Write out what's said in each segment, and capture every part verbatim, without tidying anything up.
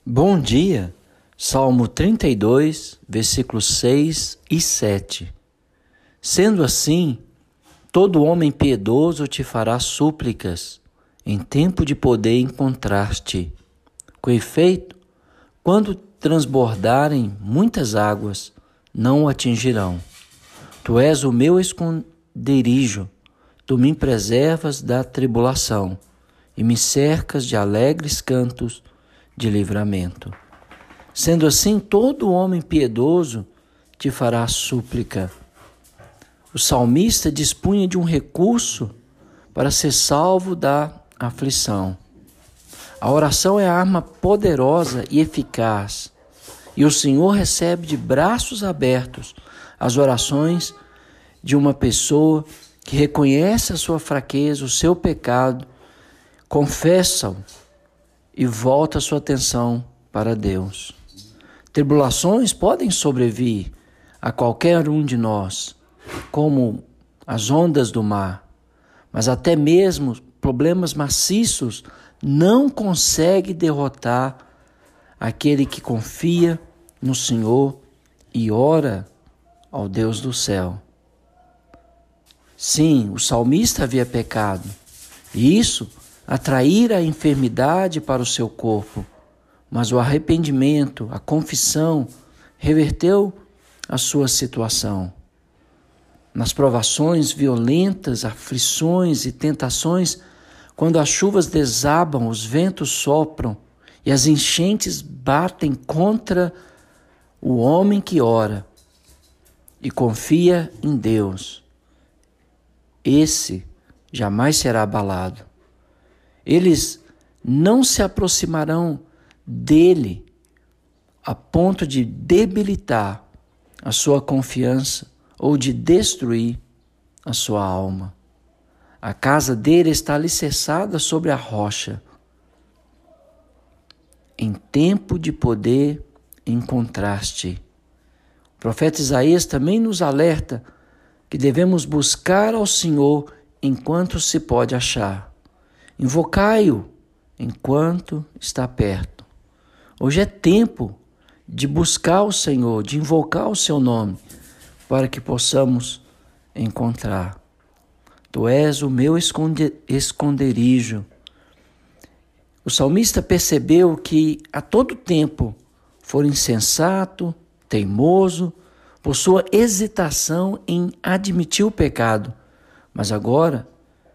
Bom dia, Salmo trinta e dois, versículos seis e sete. Sendo assim, todo homem piedoso te fará súplicas, em tempo de poder encontrar-te. Com efeito, quando transbordarem muitas águas, não o atingirão. Tu és o meu esconderijo, tu me preservas da tribulação e me cercas de alegres cantos de livramento. Sendo assim, todo homem piedoso te fará súplica. O salmista dispunha de um recurso para ser salvo da aflição. A oração é a arma poderosa e eficaz, e o Senhor recebe de braços abertos as orações de uma pessoa que reconhece a sua fraqueza, o seu pecado, confessa-o e volta a sua atenção para Deus. Tribulações podem sobrevir a qualquer um de nós, como as ondas do mar, mas até mesmo problemas maciços não conseguem derrotar aquele que confia no Senhor e ora ao Deus do céu. Sim, o salmista havia pecado, e isso atraíra a enfermidade para o seu corpo, mas o arrependimento, a confissão, reverteu a sua situação. Nas provações violentas, aflições e tentações, quando as chuvas desabam, os ventos sopram e as enchentes batem contra o homem que ora e confia em Deus, esse jamais será abalado. Eles não se aproximarão dele a ponto de debilitar a sua confiança ou de destruir a sua alma. A casa dele está alicerçada sobre a rocha. Em tempo de poder encontraste. O profeta Isaías também nos alerta que devemos buscar ao Senhor enquanto se pode achar. Invocai-o enquanto está perto. Hoje é tempo de buscar o Senhor, de invocar o seu nome, para que possamos encontrar. Tu és o meu esconde- esconderijo. O salmista percebeu que a todo tempo for insensato, teimoso, por sua hesitação em admitir o pecado, mas agora,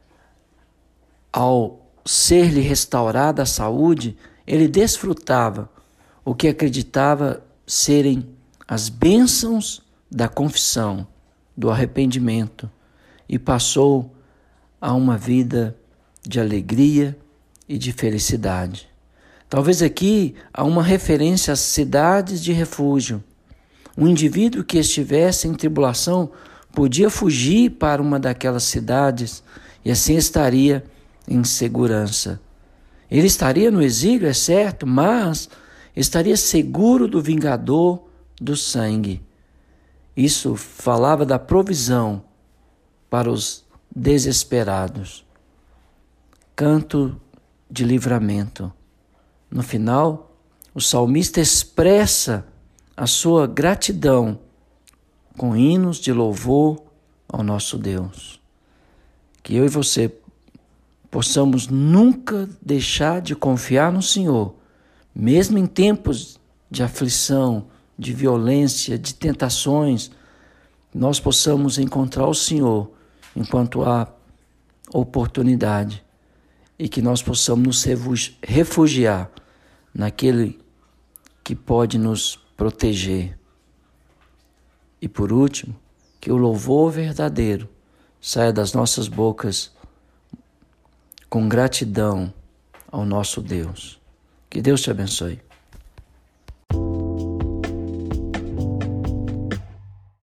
ao ser-lhe restaurada a saúde, ele desfrutava o que acreditava serem as bênçãos da confissão, do arrependimento, e passou a uma vida de alegria e de felicidade. Talvez aqui há uma referência às cidades de refúgio. Um indivíduo que estivesse em tribulação podia fugir para uma daquelas cidades e assim estaria em segurança. Ele estaria no exílio, é certo, mas estaria seguro do vingador do sangue. Isso falava da provisão para os desesperados. Canto de livramento. No final, o salmista expressa a sua gratidão com hinos de louvor ao nosso Deus. Que eu e você possamos nunca deixar de confiar no Senhor, mesmo em tempos de aflição, de violência, de tentações, nós possamos encontrar o Senhor enquanto há oportunidade e que nós possamos nos refugiar naquele que pode nos proteger. E por último, que o louvor verdadeiro saia das nossas bocas com gratidão ao nosso Deus. Que Deus te abençoe.